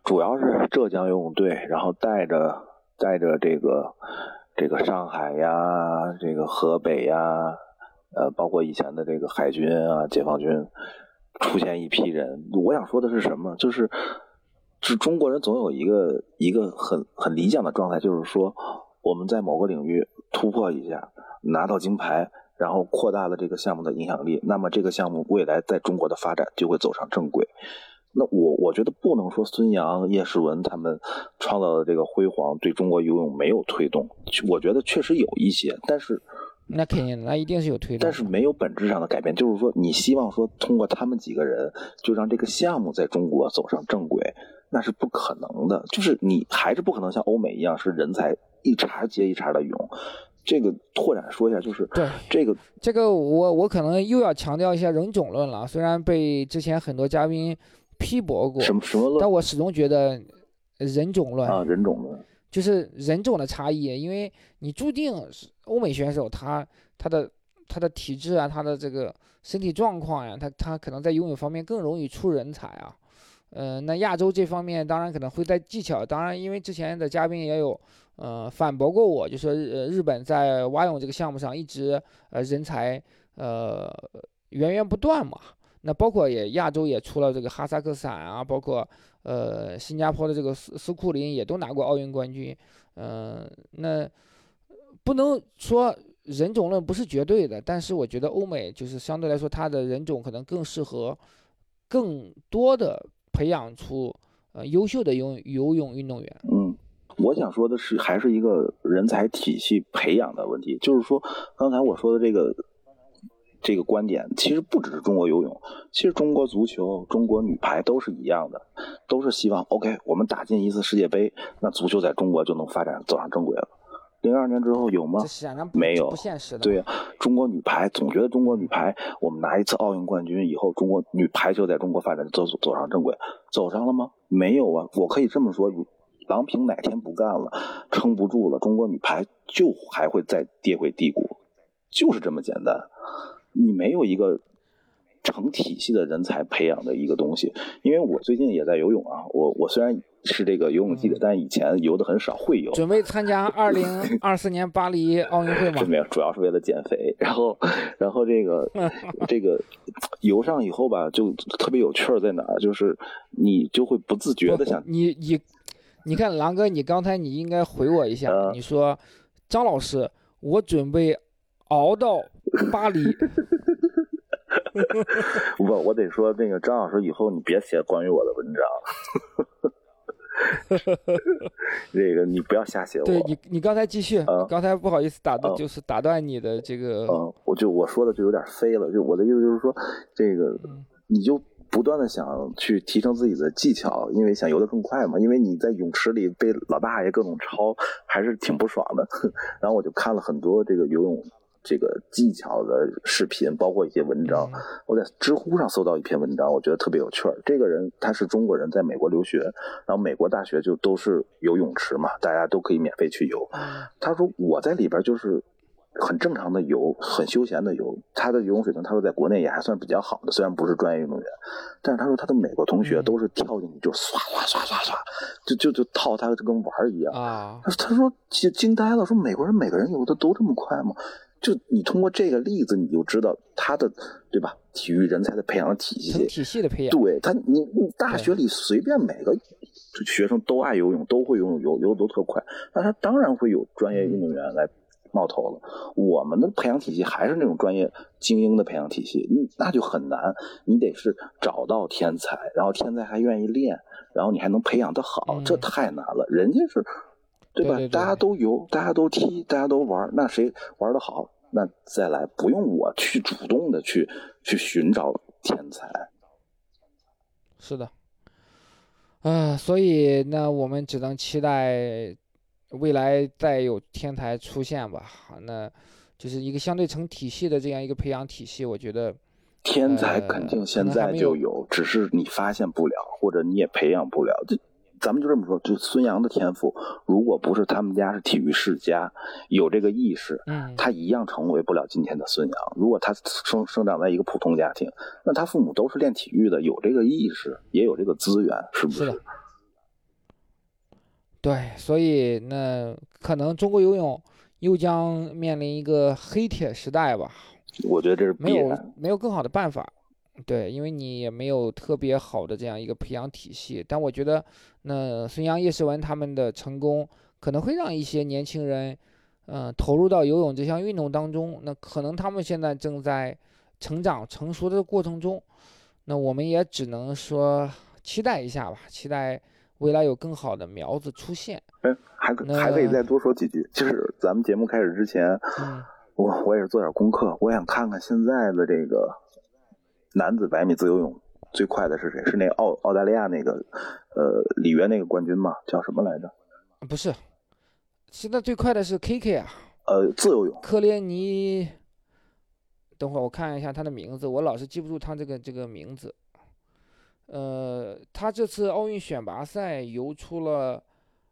主要是浙江游泳队，然后带着带着这个这个上海呀，这个河北呀，呃，包括以前的这个海军啊、解放军，出现一批人。我想说的是什么？就是是中国人总有一个一个很很理想的状态，就是说我们在某个领域突破一下，拿到金牌，然后扩大了这个项目的影响力，那么这个项目未来在中国的发展就会走上正轨。那我我觉得不能说孙杨、叶诗文他们创造的这个辉煌对中国游泳没有推动，我觉得确实有一些，但是那肯定，那一定是有推动， 但是没有本质上的改变。就是说，你希望说通过他们几个人就让这个项目在中国走上正轨，那是不可能的。就是你还是不可能像欧美一样是人才一茬接一茬的涌。这个拓展说一下，就是对这个这个我我可能又要强调一下人种论了，虽然被之前很多嘉宾批驳过， 什么什么论， 但我始终觉得人种论啊，人种论就是人种的差异，因为你注定欧美选手他他的他的体质啊，他的这个身体状况呀，他他可能在游泳方面更容易出人才啊。呃，那亚洲这方面当然可能会在技巧，当然因为之前的嘉宾也有呃反驳过我，就说日日本在蛙泳这个项目上一直呃人才呃源源不断嘛。那包括也亚洲也出了这个哈萨克斯坦啊，包括呃新加坡的这个斯斯库林也都拿过奥运冠军，呃，那不能说人种论不是绝对的，但是我觉得欧美就是相对来说它的人种可能更适合更多的培养出呃优秀的游游泳运动员。 嗯，我想说的是还是一个人才体系培养的问题，就是说刚才我说的这个。这个观点其实不只是中国游泳，其实中国足球、中国女排都是一样的，都是希望 OK 我们打进一次世界杯，那足球在中国就能发展走上正轨了。零二年之后有吗？没有， 不现实的。 对呀、啊，中国女排总觉得中国女排我们拿一次奥运冠军以后，中国女排就在中国发展走走上正轨，走上了吗？没有啊。我可以这么说，郎平哪天不干了，撑不住了，中国女排就还会再跌回低谷，就是这么简单。你没有一个成体系的人才培养的一个东西，因为我最近也在游泳啊，我我虽然是这个游泳记者，但以前游的很少，会游。 准备参加二零二四年巴黎奥运会吗？ 没有，主要是为了减肥。然后，然后这个这个游上以后吧，就特别有趣儿在哪儿，就是你就会不自觉的想你你你看狼哥，你刚才你应该回我一下，呃、你说张老师，我准备熬到巴黎。 不，我得说那个张老师，以后你别写关于我的文章。这个你不要瞎写我。 对你，你刚才继续。 嗯、 刚才不好意思打断、 嗯， 就是打断你的这个。 嗯，我就我说的就有点飞了，就我的意思就是说，这个、嗯、你就不断的想去提升自己的技巧，因为想游得更快嘛。因为你在泳池里被老大爷各种抄，还是挺不爽的。然后我就看了很多这个游泳。这个技巧的视频，包括一些文章，我在知乎上搜到一篇文章，我觉得特别有趣儿。这个人他是中国人，在美国留学，然后美国大学就都是游泳池嘛，大家都可以免费去游。他说我在里边就是很正常的游，很休闲的游。他的游泳水平，他说在国内也还算比较好的，虽然不是专业运动员，但是他说他的美国同学都是跳进去就唰唰唰唰唰，就就就套他就跟玩儿一样啊。他说惊惊呆了，说美国人每个人游的都这么快吗？就你通过这个例子，你就知道他的对吧？体育人才的培养体系， 体系的培养， 对他，你你大学里随便每个学生都爱游泳，都会游泳，游游都特快，那他当然会有专业运动员来冒头了。我们的培养体系还是那种专业精英的培养体系，那就很难。你得是找到天才，然后天才还愿意练，然后你还能培养得好， 嗯、 这太难了。人家是。对吧？ 对对对， 大家都游，大家都踢，大家都玩，那谁玩得好，那再来，不用我去主动的去去寻找天才。 是的，啊、呃，所以那我们只能期待未来再有天才出现吧。那就是一个相对成体系的这样一个培养体系，我觉得天才肯定现在就有， 呃、 只是你发现不了，或者你也培养不了。这。咱们就这么说，就孙杨的天赋，如果不是他们家是体育世家，有这个意识， 嗯， 他一样成为不了今天的孙杨。如果他生生长在一个普通家庭，那他父母都是练体育的，有这个意识，也有这个资源，是不是？ 是的， 对，所以那可能中国游泳又将面临一个黑铁时代吧。 我觉得这是没有必然。 没有更好的办法。对，因为你也没有特别好的这样一个培养体系。但我觉得，那孙杨、叶诗文他们的成功，可能会让一些年轻人，嗯、呃，投入到游泳这项运动当中。那可能他们现在正在成长成熟的过程中，那我们也只能说期待一下吧，期待未来有更好的苗子出现。 哎，还可还可以再多说几句。就是咱们节目开始之前， 嗯， 我我也是做点功课，我想看看现在的这个男子百米自由泳最快的是谁？是那个澳澳大利亚那个呃里约那个冠军吗？叫什么来着？ 不是，现在最快的是 K K 啊， 呃，自由泳， 科列尼。等会儿我看一下他的名字，我老是记不住他这个这个名字。呃，他这次奥运选拔赛游出了，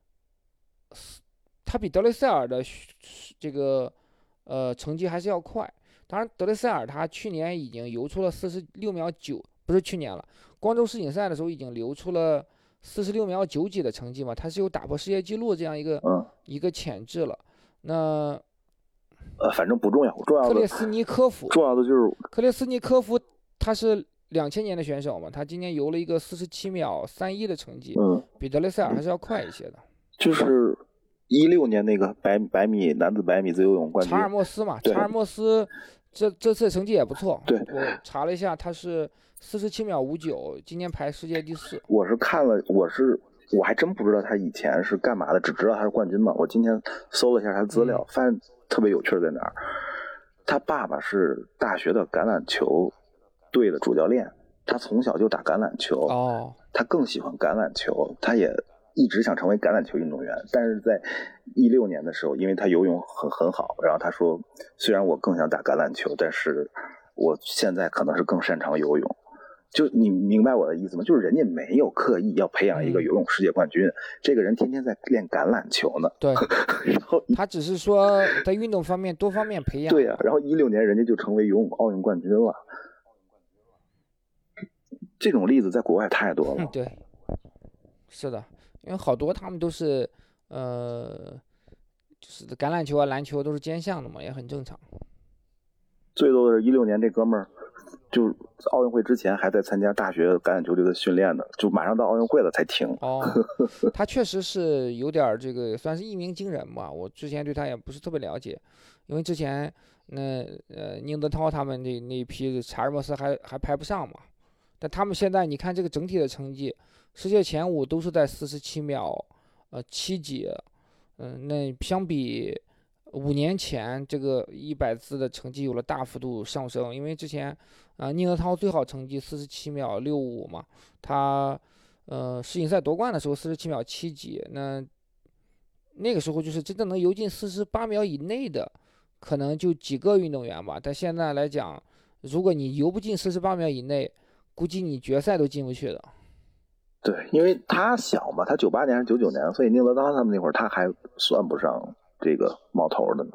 他比德雷塞尔的这个呃成绩还是要快。当然，德雷塞尔他去年已经游出了四十六秒九，不是去年了，光州世锦赛的时候已经游出了四十六秒九几的成绩嘛，他是有打破世界纪录这样一个、 嗯、 一个潜质了。那呃，反正不重要，重要的克列斯尼科夫， 重要的就是克列斯尼科夫，他是两千年的选手嘛，他今年游了一个四十七秒三一的成绩， 嗯， 比德雷塞尔还是要快一些的。 就是一六年那个百百米男子百米自由泳冠军查尔莫斯嘛，查尔莫斯这这次成绩也不错。 对， 我查了一下，他是四十七秒五九，今年排世界第四。 我是看了，我是我还真不知道他以前是干嘛的，只知道他是冠军嘛。我今天搜了一下他资料， 嗯、 发现特别有趣在哪儿。他爸爸是大学的橄榄球队的主教练，他从小就打橄榄球， 哦， 他更喜欢橄榄球，他也一直想成为橄榄球运动员。但是在一六年的时候，因为他游泳很很好，然后他说，虽然我更想打橄榄球，但是我现在可能是更擅长游泳。就你明白我的意思吗？就是人家没有刻意要培养一个游泳世界冠军，嗯、这个人天天在练橄榄球呢。 对， 然后他只是说在运动方面多方面培养。 对呀、啊，然后一六年人家就成为游泳奥运冠军了。这种例子在国外太多了。 嗯、对，是的，因为好多他们都是呃，就是橄榄球啊、篮球都是兼项的嘛，也很正常。 最多的是一六年这哥们儿。就是奥运会之前还在参加大学橄榄球队的训练呢，就马上到奥运会了才停。 哦，他确实是有点这个，算是一鸣惊人吧。我之前对他也不是特别了解，因为之前那呃宁泽涛他们那那一批查尔莫斯还还排不上嘛。但他们现在你看这个整体的成绩，世界前五都是在四十七秒呃七几，嗯、呃，那相比五年前这个一百字的成绩有了大幅度上升，因为之前啊、呃、宁泽涛最好成绩四十七秒六五嘛，他呃世锦赛夺冠的时候四十七秒七几，那那个时候就是真正能游进四十八秒以内的可能就几个运动员吧，但现在来讲，如果你游不进四十八秒以内，估计你决赛都进不去的。 对，因为他小嘛，他九八年还是九九年，所以宁泽涛他们那会儿他还算不上这个冒头的呢。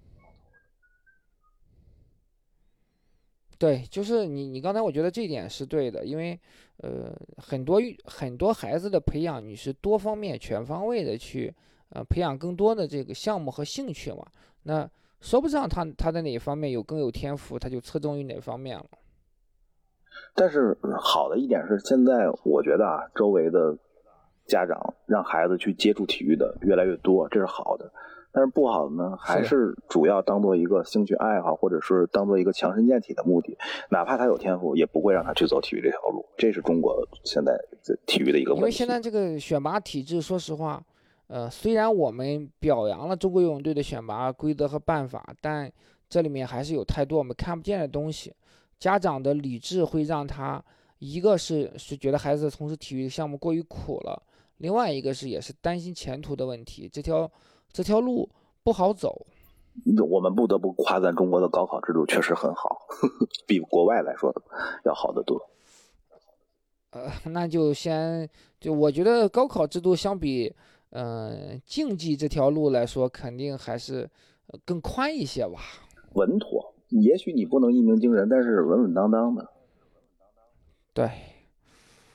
对，就是你，你刚才我觉得这一点是对的，因为呃，很多很多孩子的培养，你是多方面、全方位的去呃培养更多的这个项目和兴趣嘛。那说不上他他在哪一方面有更有天赋，他就侧重于哪方面了。 但是好的一点是，现在我觉得啊，周围的家长让孩子去接触体育的越来越多，这是好的。但是不好的呢，还是主要当做一个兴趣爱好，或者是当做一个强身健体的目的。哪怕他有天赋，也不会让他去走体育这条路。这是中国现在体育的一个问题。 因为现在这个选拔体制，说实话，呃，虽然我们表扬了中国游泳队的选拔规则和办法，但这里面还是有太多我们看不见的东西。家长的理智会让他，一个是是觉得孩子从事体育项目过于苦了，另外一个是也是担心前途的问题，这条这条路不好走。 我们不得不夸赞中国的高考制度确实很好，呵呵比国外来说要好得多。 呃，那就先就我觉得高考制度相比嗯、呃、竞技这条路来说，肯定还是更宽一些吧。 稳妥。也许你不能一鸣惊人，但是稳稳当当的。 对，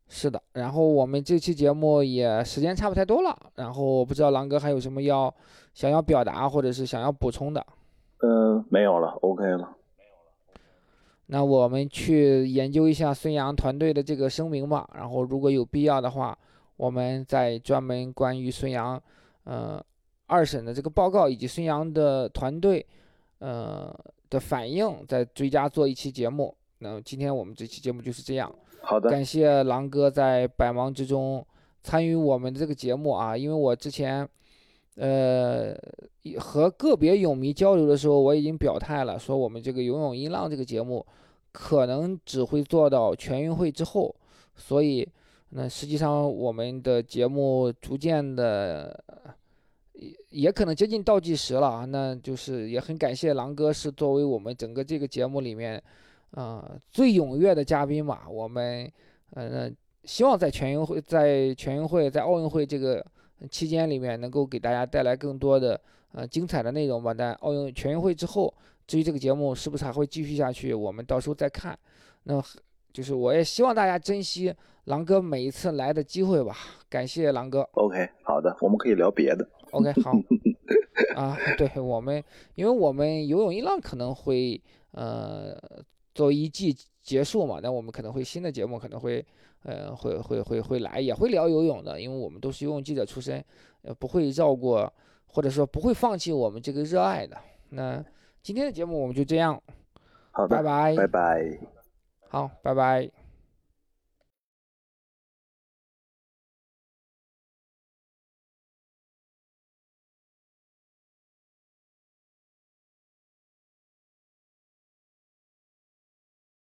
是的，然后我们这期节目也时间差不太多了，然后我不知道狼哥还有什么要想要表达或者是想要补充的。 嗯，没有了 ，OK 了。 那我们去研究一下孙杨团队的这个声明吧，然后如果有必要的话，我们再专门关于孙杨，呃，二审的这个报告以及孙杨的团队，呃的反应，再追加做一期节目。那今天我们这期节目就是这样。 好的， 感谢狼哥在百忙之中参与我们的这个节目啊，因为我之前，呃，和个别泳迷交流的时候，我已经表态了，说我们这个游泳音浪这个节目。可能只会做到全运会之后，所以那实际上我们的节目逐渐的也也可能接近倒计时了啊。那就是也很感谢狼哥是作为我们整个这个节目里面啊、呃、最踊跃的嘉宾嘛。我们呃希望在全运会在全运会在奥运会这个期间里面能够给大家带来更多的呃精彩的内容吧。但奥运全运会之后。至于这个节目是不是还会继续下去，我们到时候再看。那就是我也希望大家珍惜狼哥每一次来的机会吧。感谢狼哥。 OK， 好的，我们可以聊别的。 OK， 好。啊，对我们，因为我们游泳一浪可能会呃作为一季结束嘛，那我们可能会新的节目可能会呃会会会会来，也会聊游泳的，因为我们都是游泳记者出身，呃不会绕过或者说不会放弃我们这个热爱的。那。今天的节目我们就这样， 好的， 拜拜， 拜拜， 好，拜拜。